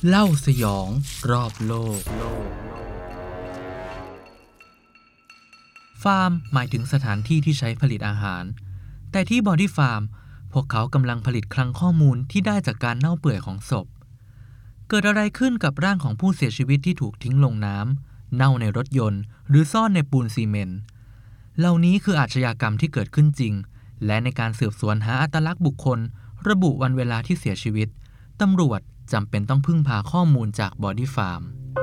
เล่าสยองรอบโลกฟาร์มหมายถึงสถานที่ที่ใช้ผลิตอาหารแต่ที่บอดี้ฟาร์มพวกเขากำลังผลิตคลังข้อมูลที่ได้จากการเน่าเปื่อยของศพเกิดอะไรขึ้นกับร่างของผู้เสียชีวิตที่ถูกทิ้งลงน้ำเน่าในรถยนต์หรือซ่อนในปูนซีเมนต์เหล่านี้คืออาชญากรรมที่เกิดขึ้นจริงและในการสืบสวนหาอัตลักษณ์บุคคลระบุวันเวลาที่เสียชีวิตตำรวจจำเป็นต้องพึ่งพาข้อมูลจากบอดี้ฟาร์ม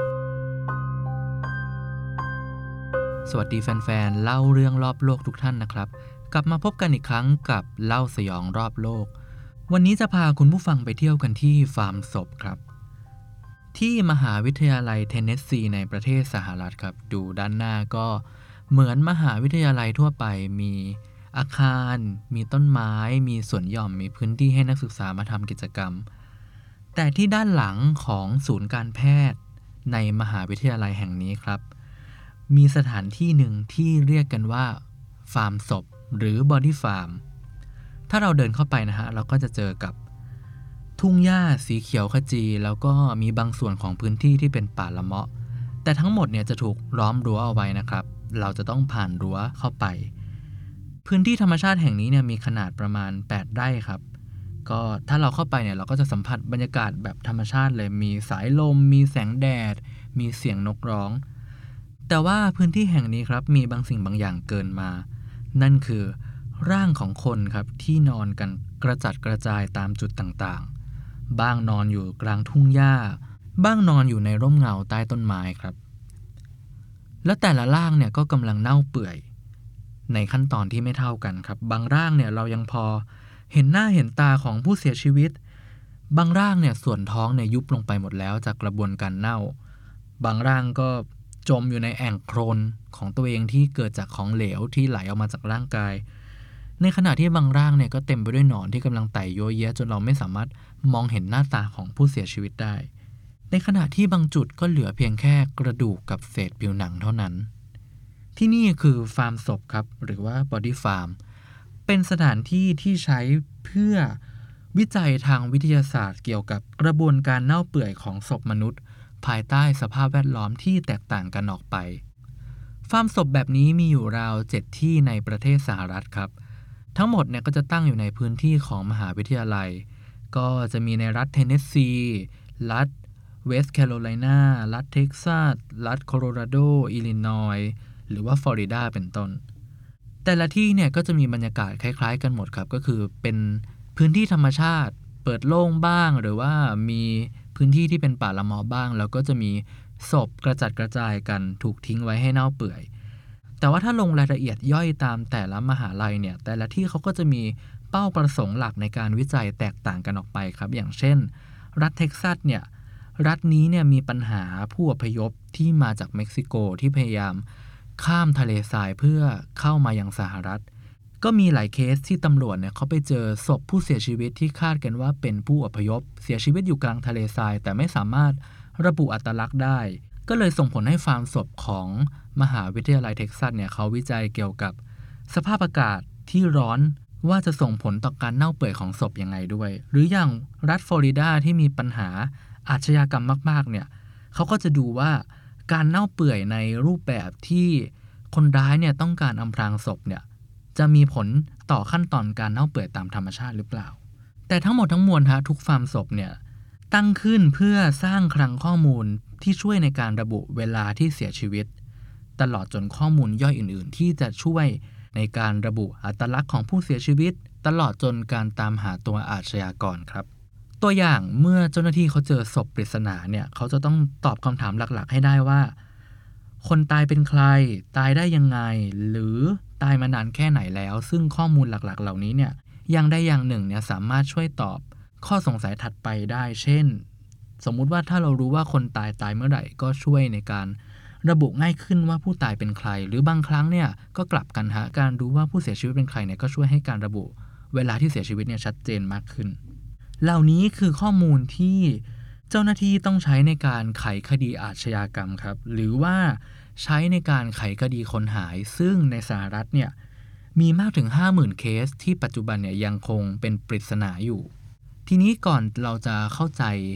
สวัสดีแฟนๆเล่าเรื่องรอบโลกทุกท่านนะครับกลับมาพบกันอีกครั้งกับเล่าสยองรอบโลกวันนี้จะพาคุณผู้ฟังไปเที่ยวกันที่ฟาร์มศพครับที่มหาวิทยาลัยเทนเนสซีในประเทศสหรัฐครับดูด้านหน้าก็เหมือนมหาวิทยาลัยทั่วไปมีอาคารมีต้นไม้มีสวนหย่อมมีพื้นที่ให้นักศึกษามาทำกิจกรรมแต่ที่ด้านหลังของศูนย์การแพทย์ในมหาวิทยาลัยแห่งนี้ครับมีสถานที่หนึ่งที่เรียกกันว่าฟาร์มศพหรือบอดี้ฟาร์มถ้าเราเดินเข้าไปนะฮะเราก็จะเจอกับทุ่งหญ้าสีเขียวขจีแล้วก็มีบางส่วนของพื้นที่ที่เป็นป่าละเมาะแต่ทั้งหมดเนี่ยจะถูกล้อมรั้วเอาไว้นะครับเราจะต้องผ่านรั้วเข้าไปพื้นที่ธรรมชาติแห่งนี้เนี่ยมีขนาดประมาณ8ไร่ครับก็ถ้าเราเข้าไปเนี่ยเราก็จะสัมผัสบรรยากาศแบบธรรมชาติเลยมีสายลมมีแสงแดดมีเสียงนกร้องแต่ว่าพื้นที่แห่งนี้ครับมีบางสิ่งบางอย่างเกินมานั่นคือร่างของคนครับที่นอนกันกระจัดกระจายตามจุดต่างๆบ้างนอนอยู่กลางทุ่งหญ้าบ้างนอนอยู่ในร่มเงาใต้ต้นไม้ครับและแต่ละร่างเนี่ยก็กำลังเน่าเปื่อยในขั้นตอนที่ไม่เท่ากันครับบางร่างเนี่ยเรายังพอเห็นหน้าเห็นตาของผู้เสียชีวิตบางร่างเนี่ยส่วนท้องเนี่ยยุบลงไปหมดแล้วจากกระบวนการเน่าบางร่างก็จมอยู่ในแอ่งโคลนของตัวเองที่เกิดจากของเหลวที่ไหลออกมาจากร่างกายในขณะที่บางร่างเนี่ยก็เต็มไปด้วยหนอนที่กำลังไต่โยเยะจนเราไม่สามารถมองเห็นหน้าตาของผู้เสียชีวิตได้ในขณะที่บางจุดก็เหลือเพียงแค่กระดูกกับเศษผิวหนังเท่านั้นที่นี่คือฟาร์มศพครับหรือว่าบอดี้ฟาร์มเป็นสถานที่ที่ใช้เพื่อวิจัยทางวิทยาศาสตร์เกี่ยวกับกระบวนการเน่าเปื่อยของศพมนุษย์ภายใต้สภาพแวดล้อมที่แตกต่างกันออกไปฟาร์มศพแบบนี้มีอยู่ราว7ที่ในประเทศสหรัฐครับทั้งหมดเนี่ยก็จะตั้งอยู่ในพื้นที่ของมหาวิทยาลัยก็จะมีในรัฐเทนเนสซีรัฐเวสต์แคโรไลนารัฐเท็กซัสรัฐโคโลราโดอิลลินอยส์หรือว่าฟลอริดาเป็นต้นแต่ละที่เนี่ยก็จะมีบรรยากาศคล้ายๆกันหมดครับก็คือเป็นพื้นที่ธรรมชาติเปิดโล่งบ้างหรือว่ามีพื้นที่ที่เป็นป่าละเมาะบ้างแล้วก็จะมีศพกระจัดกระจายกันถูกทิ้งไว้ให้เน่าเปื่อยแต่ว่าถ้าลงรายละเอียดย่อยตามแต่ละมหาลัยเนี่ยแต่ละที่เขาก็จะมีเป้าประสงค์หลักในการวิจัยแตกต่างกันออกไปครับอย่างเช่นรัฐเท็กซัสเนี่ยรัฐนี้เนี่ยมีปัญหาผู้อพยพที่มาจากเม็กซิโกที่พยายามข้ามทะเลทรายเพื่อเข้ามายังสหรัฐก็มีหลายเคสที่ตำรวจเนี่ยเขาไปเจอศพผู้เสียชีวิตที่คาดกันว่าเป็นผู้อพยพเสียชีวิตอยู่กลางทะเลทรายแต่ไม่สามารถระบุอัตลักษณ์ได้ก็เลยส่งผลให้ฟาร์มศพของมหาวิทยาลัยเท็กซัสเนี่ยเขาวิจัยเกี่ยวกับสภาพอากาศที่ร้อนว่าจะส่งผลต่อการเน่าเปื่อยของศพยังไงด้วยหรืออย่างรัฐฟลอริดาที่มีปัญหาอาชญากรรมมากๆเนี่ยเขาก็จะดูว่าการเน่าเปื่อยในรูปแบบที่คนร้ายเนี่ยต้องการอำพรางศพเนี่ยจะมีผลต่อขั้นตอนการเน่าเปื่อยตามธรรมชาติหรือเปล่าแต่ทั้งหมดทั้งมวลทุกฟาร์มศพเนี่ยตั้งขึ้นเพื่อสร้างคลังข้อมูลที่ช่วยในการระบุเวลาที่เสียชีวิตตลอดจนข้อมูลย่อยอื่นๆที่จะช่วยในการระบุอัตลักษณ์ของผู้เสียชีวิตตลอดจนการตามหาตัวอาชญากรครับตัวอย่างเมื่อเจ้าหน้าที่เขาเจอศพปริศนาเนี่ยเขาจะต้องตอบคำถามหลักๆให้ได้ว่าคนตายเป็นใครตายได้ยังไงหรือตายมานานแค่ไหนแล้วซึ่งข้อมูลหลักๆเหล่านี้เนี่ยอย่างใดอย่างหนึ่งเนี่ยสามารถช่วยตอบข้อสงสัยถัดไปได้เช่นสมมุติว่าถ้าเรารู้ว่าคนตายเมื่อไหร่ก็ช่วยในการระบุง่ายขึ้นว่าผู้ตายเป็นใครหรือบางครั้งเนี่ยก็กลับกันการรู้ว่าผู้เสียชีวิตเป็นใครเนี่ยก็ช่วยให้การระบุเวลาที่เสียชีวิตเนี่ยชัดเจนมากขึ้นเหล่านี้คือข้อมูลที่เจ้าหน้าที่ต้องใช้ในการไขคดีอาชญากรรมครับหรือว่าใช้ในการไขคดีคนหายซึ่งในสหรัฐเนี่ยมีมากถึง 50,000 เคสที่ปัจจุบันเนี่ยยังคงเป็นปริศนาอยู่ทีนี้ก่อนเราจะเข้าใจ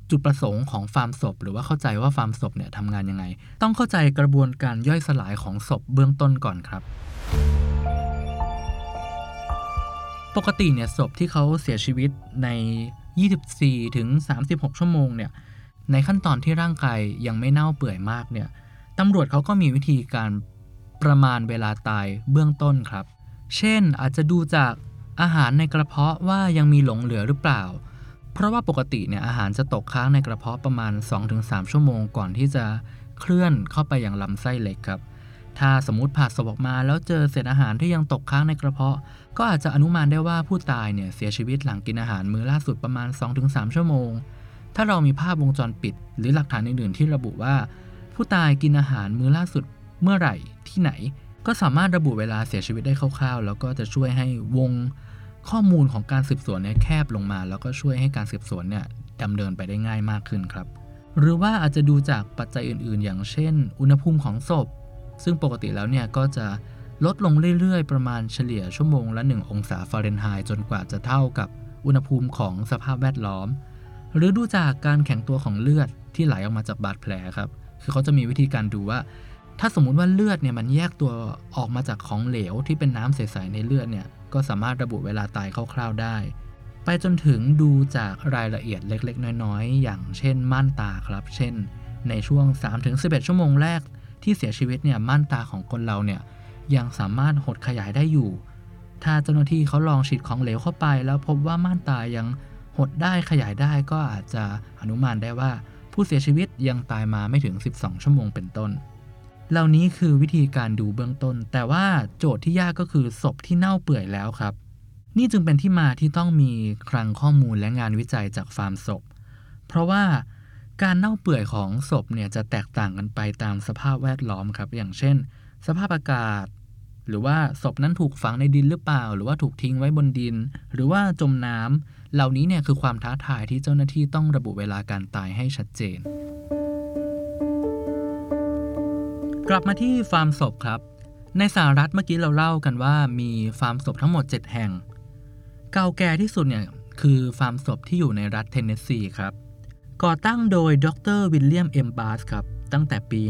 จุดประสงค์ของฟาร์มศพหรือว่าเข้าใจว่าฟาร์มศพเนี่ยทำงานยังไงต้องเข้าใจกระบวนการย่อยสลายของศพเบื้องต้นก่อนครับปกติเนี่ยศพที่เขาเสียชีวิตใน24ถึง36ชั่วโมงเนี่ยในขั้นตอนที่ร่างกายยังไม่เน่าเปื่อยมากเนี่ยตำรวจเขาก็มีวิธีการประมาณเวลาตายเบื้องต้นครับเช่นอาจจะดูจากอาหารในกระเพาะว่ายังมีหลงเหลือหรือเปล่าเพราะว่าปกติเนี่ยอาหารจะตกค้างในกระเพาะประมาณ 2-3 ชั่วโมงก่อนที่จะเคลื่อนเข้าไปยังลำไส้เล็กครับถ้าสมมุติผ่าศพออกมาแล้วเจอเศษอาหารที่ยังตกค้างในกระเพาะก็อาจจะอนุมานได้ว่าผู้ตายเนี่ยเสียชีวิตหลังกินอาหารมื้อล่าสุดประมาณ 2-3 ชั่วโมงถ้าเรามีภาพวงจรปิดหรือหลักฐานอื่นๆที่ระบุว่าผู้ตายกินอาหารมื้อล่าสุดเมื่อไหร่ที่ไหนก็สามารถระบุเวลาเสียชีวิตได้คร่าวๆแล้วก็จะช่วยให้วงข้อมูลของการสืบสวนเนี่ยแคบลงมาแล้วก็ช่วยให้การสืบสวนเนี่ยดำเนินไปได้ง่ายมากขึ้นครับหรือว่าอาจจะดูจากปัจจัยอื่นๆอย่างเช่นอุณหภูมิของศพซึ่งปกติแล้วเนี่ยก็จะลดลงเรื่อยๆประมาณเฉลี่ยชั่วโมงละ1องศาฟาเรนไฮต์จนกว่าจะเท่ากับอุณหภูมิของสภาพแวดล้อมหรือดูจากการแข็งตัวของเลือดที่ไหลออกมาจากบาดแผลครับคือเขาจะมีวิธีการดูว่าถ้าสมมุติว่าเลือดเนี่ยมันแยกตัวออกมาจากของเหลวที่เป็นน้ำใสๆในเลือดเนี่ยก็สามารถระบุเวลาตายคร่าวๆได้ไปจนถึงดูจากรายละเอียดเล็กๆน้อยๆอย่างเช่นม่านตาครับเช่นในช่วง 3-11 ชั่วโมงแรกที่เสียชีวิตเนี่ยม่านตาของคนเราเนี่ยยังสามารถหดขยายได้อยู่ถ้าเจ้าหน้าที่เขาลองฉีดของเหลวเข้าไปแล้วพบว่าม่านตายังหดได้ขยายได้ก็อาจจะอนุมานได้ว่าผู้เสียชีวิตยังตายมาไม่ถึง12ชั่วโมงเป็นต้นเหล่านี้คือวิธีการดูเบื้องต้นแต่ว่าโจทย์ที่ยากก็คือศพที่เน่าเปื่อยแล้วครับนี่จึงเป็นที่มาที่ต้องมีคลังข้อมูลและงานวิจัยจากฟาร์มศพเพราะว่าการเน่าเปื่อยของศพเนี่ยจะแตกต่างกันไปตามสภาพแวดล้อมครับอย่างเช่นสภาพอากาศหรือว่าศพนั้นถูกฝังในดินหรือเปล่าหรือว่าถูกทิ้งไว้บนดินหรือว่าจมน้ำเหล่านี้เนี่ยคือความท้าทายที่เจ้าหน้าที่ต้องระบุเวลาการตายให้ชัดเจนกลับมาที่ฟาร์มศพครับในสหรัฐเมื่อกี้เราเล่ากันว่ามีฟาร์มศพทั้งหมด7แห่งเก่าแก่ที่สุดเนี่ยคือฟาร์มศพที่อยู่ในรัฐเทนเนสซีครับก่อตั้งโดยดร.วิลเลียม เอ็ม บาร์สครับตั้งแต่ปี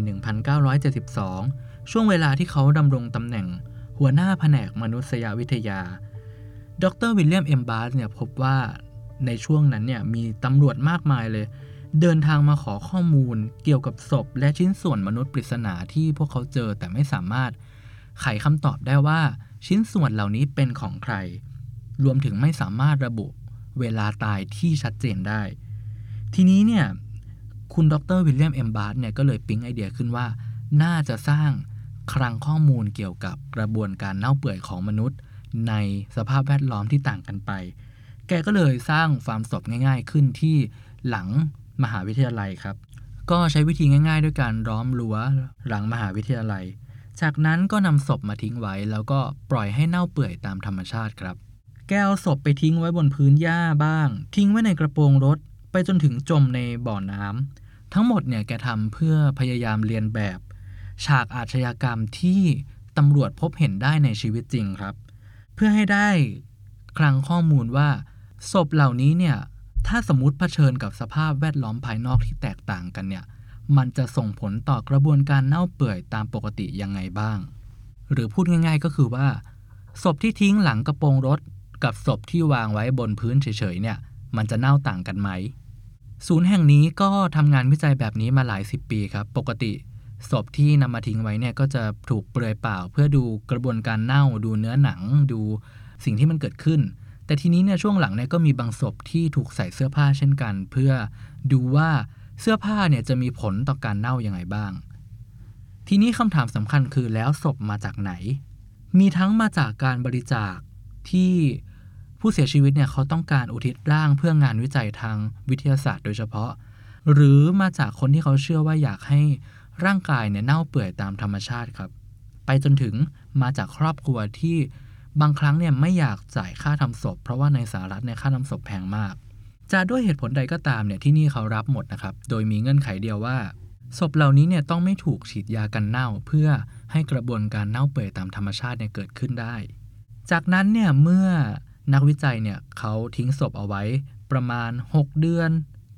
1972 ช่วงเวลาที่เขาดำรงตำแหน่งหัวหน้าแผนกมนุษยวิทยาดร.วิลเลียม เอ็ม บาร์สเนี่ยพบว่าในช่วงนั้นเนี่ยมีตำรวจมากมายเลยเดินทางมาขอข้อมูลเกี่ยวกับศพและชิ้นส่วนมนุษย์ปริศนาที่พวกเขาเจอแต่ไม่สามารถไขคำตอบได้ว่าชิ้นส่วนเหล่านี้เป็นของใครรวมถึงไม่สามารถระบุเวลาตายที่ชัดเจนได้ทีนี้เนี่ยคุณดร.วิลเลียม เอ็ม บาร์สเนี่ยก็เลยปิ๊งไอเดียขึ้นว่าน่าจะสร้างคลังข้อมูลเกี่ยวกับกระบวนการเน่าเปื่อยของมนุษย์ในสภาพแวดล้อมที่ต่างกันไปแกก็เลยสร้างฟาร์มศพง่ายๆขึ้นที่หลังมหาวิทยาลัยครับก็ใช้วิธีง่ายๆด้วยการล้อมรั้วหลังมหาวิทยาลัยจากนั้นก็นำศพมาทิ้งไว้แล้วก็ปล่อยให้เน่าเปื่อยตามธรรมชาติครับแกเอาศพไปทิ้งไว้บนพื้นหญ้าบ้างทิ้งไว้ในกระโปรงรถไปจนถึงจมในบ่อน้ำทั้งหมดเนี่ยแกทำเพื่อพยายามเลียนแบบฉากอาชญากรรมที่ตำรวจพบเห็นได้ในชีวิตจริงครับเพื่อให้ได้คลังข้อมูลว่าศพเหล่านี้เนี่ยถ้าสมมุติเผชิญกับสภาพแวดล้อมภายนอกที่แตกต่างกันเนี่ยมันจะส่งผลต่อกระบวนการเน่าเปื่อยตามปกติยังไงบ้างหรือพูดง่ายๆก็คือว่าศพที่ทิ้งหลังกระโปรงรถกับศพที่วางไว้บนพื้นเฉยๆเนี่ยมันจะเน่าต่างกันไหมศูนย์แห่งนี้ก็ทำงานวิจัยแบบนี้มาหลาย10 ปีครับปกติศพที่นำมาทิ้งไว้เนี่ยก็จะถูกเปลือยเปล่าเพื่อดูกระบวนการเน่าดูเนื้อหนังดูสิ่งที่มันเกิดขึ้นแต่ทีนี้เนี่ยช่วงหลังเนี่ยก็มีบางศพที่ถูกใส่เสื้อผ้าเช่นกันเพื่อดูว่าเสื้อผ้าเนี่ยจะมีผลต่อการเน่ายังไงบ้างทีนี้คำถามสำคัญคือแล้วศพมาจากไหนมีทั้งมาจากการบริจาคที่ผู้เสียชีวิตเนี่ยเขาต้องการอุทิศร่างเพื่องานวิจัยทางวิทยาศาสตร์โดยเฉพาะหรือมาจากคนที่เขาเชื่อว่าอยากให้ร่างกายเนี่ยเน่าเปื่อยตามธรรมชาติครับไปจนถึงมาจากครอบครัวที่บางครั้งเนี่ยไม่อยากจ่ายค่าทำศพเพราะว่าในสหรัฐเนี่ยค่าทำศพแพงมากจะด้วยเหตุผลใดก็ตามเนี่ยที่นี่เขารับหมดนะครับโดยมีเงื่อนไขเดียวว่าศพเหล่านี้เนี่ยต้องไม่ถูกฉีดยากันเน่าเพื่อให้กระบวนการเน่าเปื่อยตามธรรมชาติเนี่ยเกิดขึ้นได้จากนั้นเนี่ยเมื่อนักวิจัยเนี่ยเขาทิ้งศพเอาไว้ประมาณ6 เดือน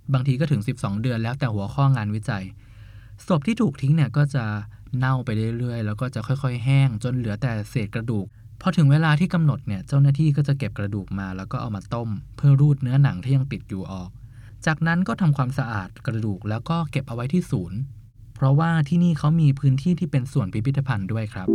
บางทีก็ถึง12 เดือนแล้วแต่หัวข้องานวิจัยศพที่ถูกทิ้งเนี่ยก็จะเน่าไปเรื่อยๆแล้วก็จะค่อยๆแห้งจนเหลือแต่เศษกระดูกพอถึงเวลาที่กำหนดเนี่ยเจ้าหน้าที่ก็จะเก็บกระดูกมาแล้วก็เอามาต้มเพื่อรูดเนื้อหนังที่ยังติดอยู่ออกจากนั้นก็ทำความสะอาดกระดูกแล้วก็เก็บเอาไว้ที่ศูนย์เพราะว่าที่นี่เขามีพื้นที่ที่เป็นส่วนพิพิธภัณฑ์ด้วยครับ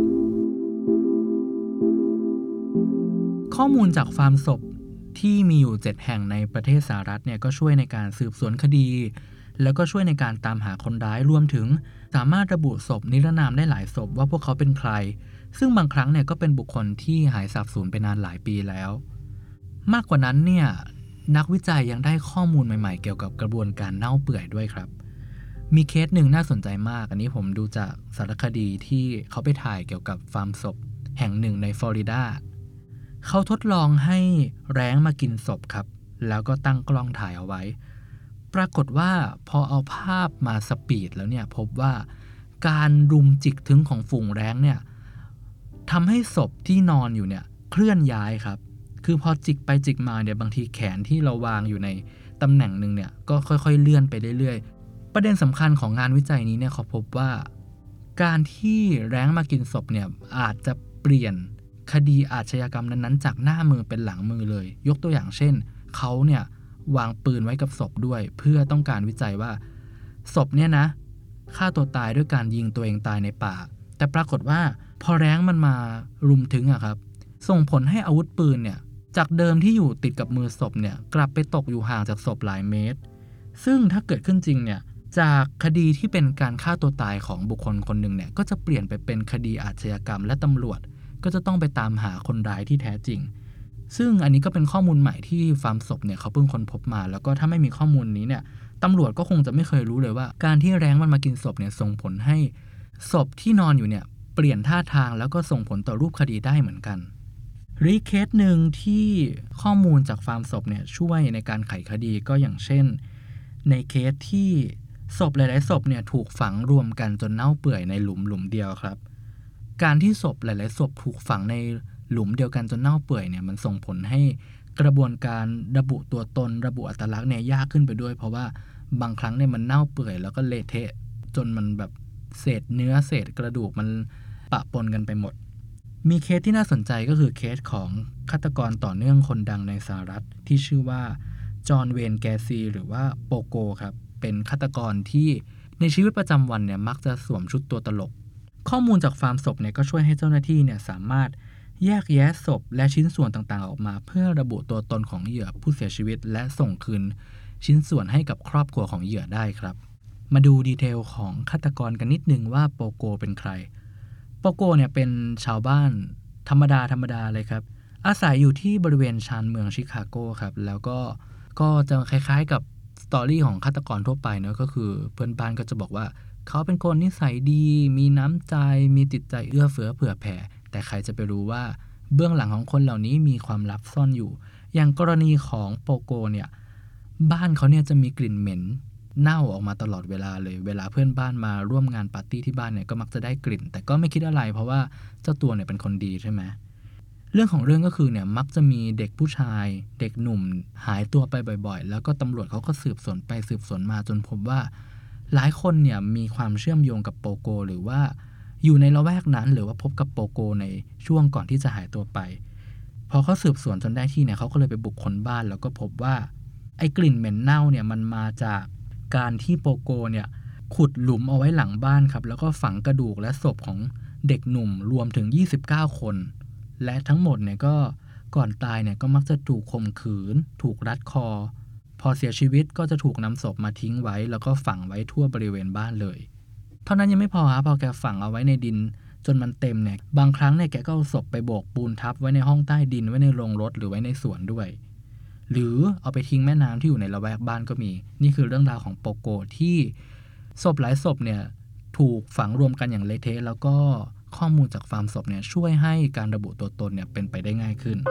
ข้อมูลจากฟาร์มศพที่มีอยู่7แห่งในประเทศสหรัฐเนี่ยก็ช่วยในการสืบสวนคดีแล้วก็ช่วยในการตามหาคนร้ายรวมถึงสามารถระบุศพนิรนามได้หลายศพว่าพวกเขาเป็นใครซึ่งบางครั้งเนี่ยก็เป็นบุคคลที่หายสาบสูญไปนานหลายปีแล้วมากกว่านั้นเนี่ยนักวิจัยยังได้ข้อมูลใหม่ๆเกี่ยวกับกระบวนการเน่าเปื่อยด้วยครับมีเคสหนึ่งน่าสนใจมากอันนี้ผมดูจากสารคดีที่เขาไปถ่ายเกี่ยวกับฟาร์มศพแห่งหนึ่งในฟลอริดาเขาทดลองให้แร้งมากินศพครับแล้วก็ตั้งกล้องถ่ายเอาไว้ปรากฏว่าพอเอาภาพมาสปีดแล้วเนี่ยพบว่าการรุมจิกถึงของฝูงแร้งเนี่ยทำให้ศพที่นอนอยู่เนี่ยเคลื่อนย้ายครับคือพอจิกไปจิกมาเนี่ยบางทีแขนที่เราวางอยู่ในตำแหน่งหนึ่งเนี่ยก็ค่อยๆเลื่อนไปเรื่อยๆประเด็นสำคัญของงานวิจัยนี้เนี่ยเขาพบว่าการที่แร้งมากินศพเนี่ยอาจจะเปลี่ยนคดีอาชญากรรมนั้นๆจากหน้ามือเป็นหลังมือเลยยกตัวอย่างเช่นเขาเนี่ยวางปืนไว้กับศพด้วยเพื่อต้องการวิจัยว่าศพเนี่ยนะฆ่าตัวตายด้วยการยิงตัวเองตายในป่าแต่ปรากฏว่าพอแร้งมันมารุมถึงอะครับส่งผลให้อาวุธปืนเนี่ยจากเดิมที่อยู่ติดกับมือศพเนี่ยกลับไปตกอยู่ห่างจากศพหลายเมตรซึ่งถ้าเกิดขึ้นจริงเนี่ยจากคดีที่เป็นการฆ่าตัวตายของบุคคลคนหนึ่งเนี่ยก็จะเปลี่ยนไปเป็นคดีอาชญากรรมและตำรวจก็จะต้องไปตามหาคนร้ายที่แท้จริงซึ่งอันนี้ก็เป็นข้อมูลใหม่ที่ฟาร์มศพเนี่ยเขาเพิ่งค้นพบมาแล้วก็ถ้าไม่มีข้อมูลนี้เนี่ยตำรวจก็คงจะไม่เคยรู้เลยว่าการที่แร้งมันมากินศพเนี่ยส่งผลให้ศพที่นอนอยู่เนี่ยเปลี่ยนท่าทางแล้วก็ส่งผลต่อรูปคดีได้เหมือนกันหรือเคสหนึ่งที่ข้อมูลจากฟาร์มศพเนี่ยช่วยในการไขคดีก็อย่างเช่นในเคสที่ศพหลายๆศพเนี่ยถูกฝังรวมกันจนเน่าเปื่อยในหลุมเดียวครับการที่ศพหลายๆศพถูกฝังในหลุมเดียวกันจนเน่าเปื่อยเนี่ยมันส่งผลให้กระบวนการระบุตัวตนระบุอัตลักษณ์เนี่ยยากขึ้นไปด้วยเพราะว่าบางครั้งเนี่ยมันเน่าเปื่อยแล้วก็เละเทะจนมันแบบเศษเนื้อเศษกระดูกมันปะปนกันไปหมดมีเคสที่น่าสนใจก็คือเคสของฆาตกรต่อเนื่องคนดังในสหรัฐที่ชื่อว่าจอห์นเวนแกซีหรือว่าโปโกครับเป็นฆาตกรที่ในชีวิตประจำวันเนี่ยมักจะสวมชุดตัวตลกข้อมูลจากฟาร์มศพเนี่ยก็ช่วยให้เจ้าหน้าที่เนี่ยสามารถแยกแยะศพและชิ้นส่วนต่างๆออกมาเพื่อระบุตัวตนของเหยื่อผู้เสียชีวิตและส่งคืนชิ้นส่วนให้กับครอบครัวของเหยื่อได้ครับมาดูดีเทลของฆาตกรกันนิดนึงว่าโปโกเป็นใครโปโกเนี่ยเป็นชาวบ้านธรรมดาเลยครับอาศัยอยู่ที่บริเวณชานเมืองชิคาโกครับแล้วก็จะคล้ายๆกับสตอรี่ของฆาตกรทั่วไปเนอะก็คือเพื่อนบ้านก็จะบอกว่าเขาเป็นคนนิสัยดีมีน้ำใจมีจิตใจเอื้อเฟื้อเผื่อแผ่แต่ใครจะไปรู้ว่าเบื้องหลังของคนเหล่านี้มีความลับซ่อนอยู่อย่างกรณีของโปโกเนี่ยบ้านเขาเนี่ยจะมีกลิ่นเหม็นเน่าออกมาตลอดเวลาเลยเวลาเพื่อนบ้านมาร่วมงานปาร์ตี้ที่บ้านเนี่ยก็มักจะได้กลิ่นแต่ก็ไม่คิดอะไรเพราะว่าเจ้าตัวเนี่ยเป็นคนดีใช่ไหมเรื่องของเรื่องก็คือเนี่ยมักจะมีเด็กผู้ชายเด็กหนุ่มหายตัวไปบ่อยๆแล้วก็ตำรวจเขาก็สืบสวนไปสืบสวนมาจนพบว่าหลายคนเนี่ยมีความเชื่อมโยงกับโปโกหรือว่าอยู่ในละแวกนั้นหรือว่าพบกับโปโกในช่วงก่อนที่จะหายตัวไปพอเขาสืบสวนจนได้ที่เนี่ยเขาก็เลยไปบุคคลบ้านแล้วก็พบว่าไอ้กลิ่นเหม็นเน่าเนี่ยมันมาจากการที่โปโกเนี่ยขุดหลุมเอาไว้หลังบ้านครับแล้วก็ฝังกระดูกและศพของเด็กหนุ่มรวมถึง29คนและทั้งหมดเนี่ยก็ก่อนตายเนี่ยก็มักจะถูกข่มขืนถูกรัดคอพอเสียชีวิตก็จะถูกนำศพมาทิ้งไว้แล้วก็ฝังไว้ทั่วบริเวณบ้านเลยเท่านั้นยังไม่พอครับพอแกฝังเอาไว้ในดินจนมันเต็มเนี่ยบางครั้งเนี่ยแกก็เอาศพไปโบกปูนทับไว้ในห้องใต้ดินไว้ในโรงรถหรือไว้ในสวนด้วยหรือเอาไปทิ้งแม่น้ำที่อยู่ในละแวกบ้านก็มีนี่คือเรื่องราวของโปโกที่ศพหลายศพเนี่ยถูกฝังรวมกันอย่างเละเทะแล้วก็ข้อมูลจากฟาร์มศพเนี่ยช่วยให้การระบุตัวตนเนี่ยเป็นไปได้ง่ายขึ้น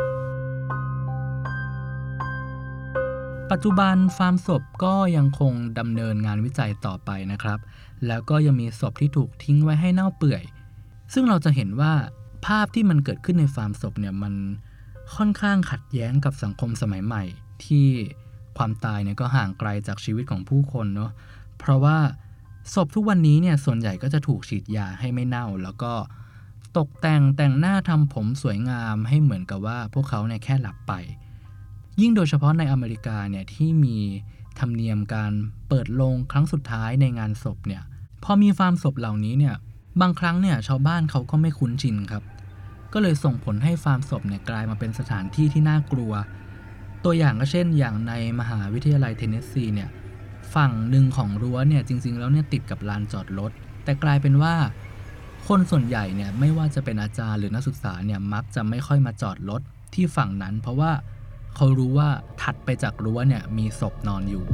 ปัจจุบันฟาร์มศพก็ยังคงดำเนินงานวิจัยต่อไปนะครับแล้วก็ยังมีศพที่ถูกทิ้งไว้ให้เน่าเปื่อยซึ่งเราจะเห็นว่าภาพที่มันเกิดขึ้นในฟาร์มศพเนี่ยมันค่อนข้างขัดแย้งกับสังคมสมัยใหม่ที่ความตายเนี่ยก็ห่างไกลจากชีวิตของผู้คนเนาะเพราะว่าศพทุกวันนี้เนี่ยส่วนใหญ่ก็จะถูกฉีดยาให้ไม่เน่าแล้วก็ตกแต่งหน้าทำผมสวยงามให้เหมือนกับว่าพวกเขาเนี่ยแค่หลับไปยิ่งโดยเฉพาะในอเมริกาเนี่ยที่มีธรรมเนียมการเปิดโลงครั้งสุดท้ายในงานศพเนี่ยพอมีฟาร์มศพเหล่านี้เนี่ยบางครั้งเนี่ยชาวบ้านเขาก็ไม่คุ้นชินครับก็เลยส่งผลให้ฟาร์มศพเนี่ยกลายมาเป็นสถานที่ที่น่ากลัวตัวอย่างก็เช่นอย่างในมหาวิทยาลัยเทนเนสซีเนี่ยฝั่งหนึ่งของรั้วเนี่ยจริงๆแล้วเนี่ยติดกับลานจอดรถแต่กลายเป็นว่าคนส่วนใหญ่เนี่ยไม่ว่าจะเป็นอาจารย์หรือนักศึกษาเนี่ยมักจะไม่ค่อยมาจอดรถที่ฝั่งนั้นเพราะว่าเขารู้ว่าถัดไปจากรั้วเนี่ยมีศพนอนอยู่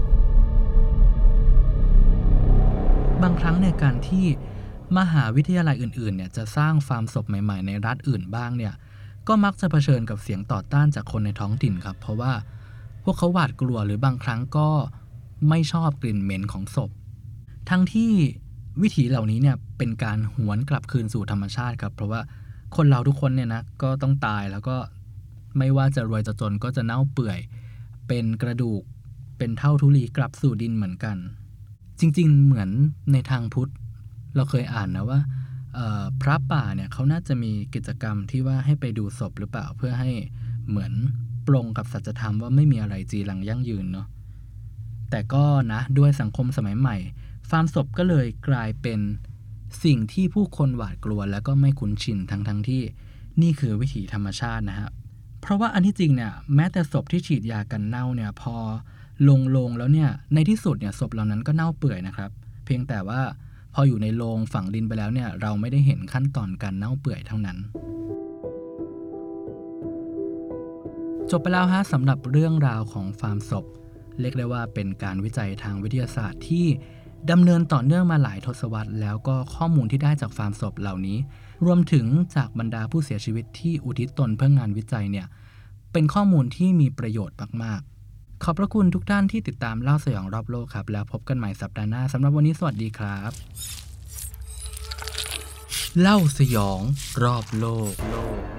บางครั้งในการที่มหาวิทยาลัยอื่นๆเนี่ยจะสร้างฟาร์มศพใหม่ๆในรัฐอื่นบ้างเนี่ยก็มักจะเผชิญกับเสียงต่อต้านจากคนในท้องถิ่นครับเพราะว่าพวกเขาหวาดกลัวหรือบางครั้งก็ไม่ชอบกลิ่นเหม็นของศพทั้งที่วิถีเหล่านี้เนี่ยเป็นการหวนกลับคืนสู่ธรรมชาติครับเพราะว่าคนเราทุกคนเนี่ยนะก็ต้องตายแล้วก็ไม่ว่าจะรวยจะจนก็จะเน่าเปื่อยเป็นกระดูกเป็นเท่าธุลีกลับสู่ดินเหมือนกันจริงๆเหมือนในทางพุทธเราเคยอ่านนะว่าพระป่าเนี่ยเขาน่าจะมีกิจกรรมที่ว่าให้ไปดูศพหรือเปล่าเพื่อให้เหมือนปลงกับสัจธรรมว่าไม่มีอะไรจีรังยั่งยืนเนาะแต่ก็นะด้วยสังคมสมัยใหม่ฟาร์มศพก็เลยกลายเป็นสิ่งที่ผู้คนหวาดกลัวและก็ไม่คุ้นชินทั้งที่นี่คือวิถีธรรมชาตินะฮะเพราะว่าอันที่จริงเนี่ยแม้แต่ศพที่ฉีดยากันเน่าเนี่ยพอลงแล้วเนี่ยในที่สุดเนี่ยศพเหล่านั้นก็เน่าเปื่อยนะครับเพียงแต่ว่าพออยู่ในโลงฝังดินไปแล้วเนี่ยเราไม่ได้เห็นขั้นตอนการเน่าเปื่อยเท่านั้นจบไปแล้วฮะสำหรับเรื่องราวของฟาร์มศพเรียกได้ว่าเป็นการวิจัยทางวิทยาศาสตร์ที่ดำเนินต่อเนื่องมาหลายทศวรรษแล้วก็ข้อมูลที่ได้จากฟาร์มศพเหล่านี้รวมถึงจากบรรดาผู้เสียชีวิตที่อุทิศตนเพื่องานวิจัยเนี่ยเป็นข้อมูลที่มีประโยชน์มากๆขอบพระคุณทุกท่านที่ติดตามเล่าสยองรอบโลกครับแล้วพบกันใหม่สัปดาห์หน้าสำหรับวันนี้สวัสดีครับเล่าสยองรอบโลก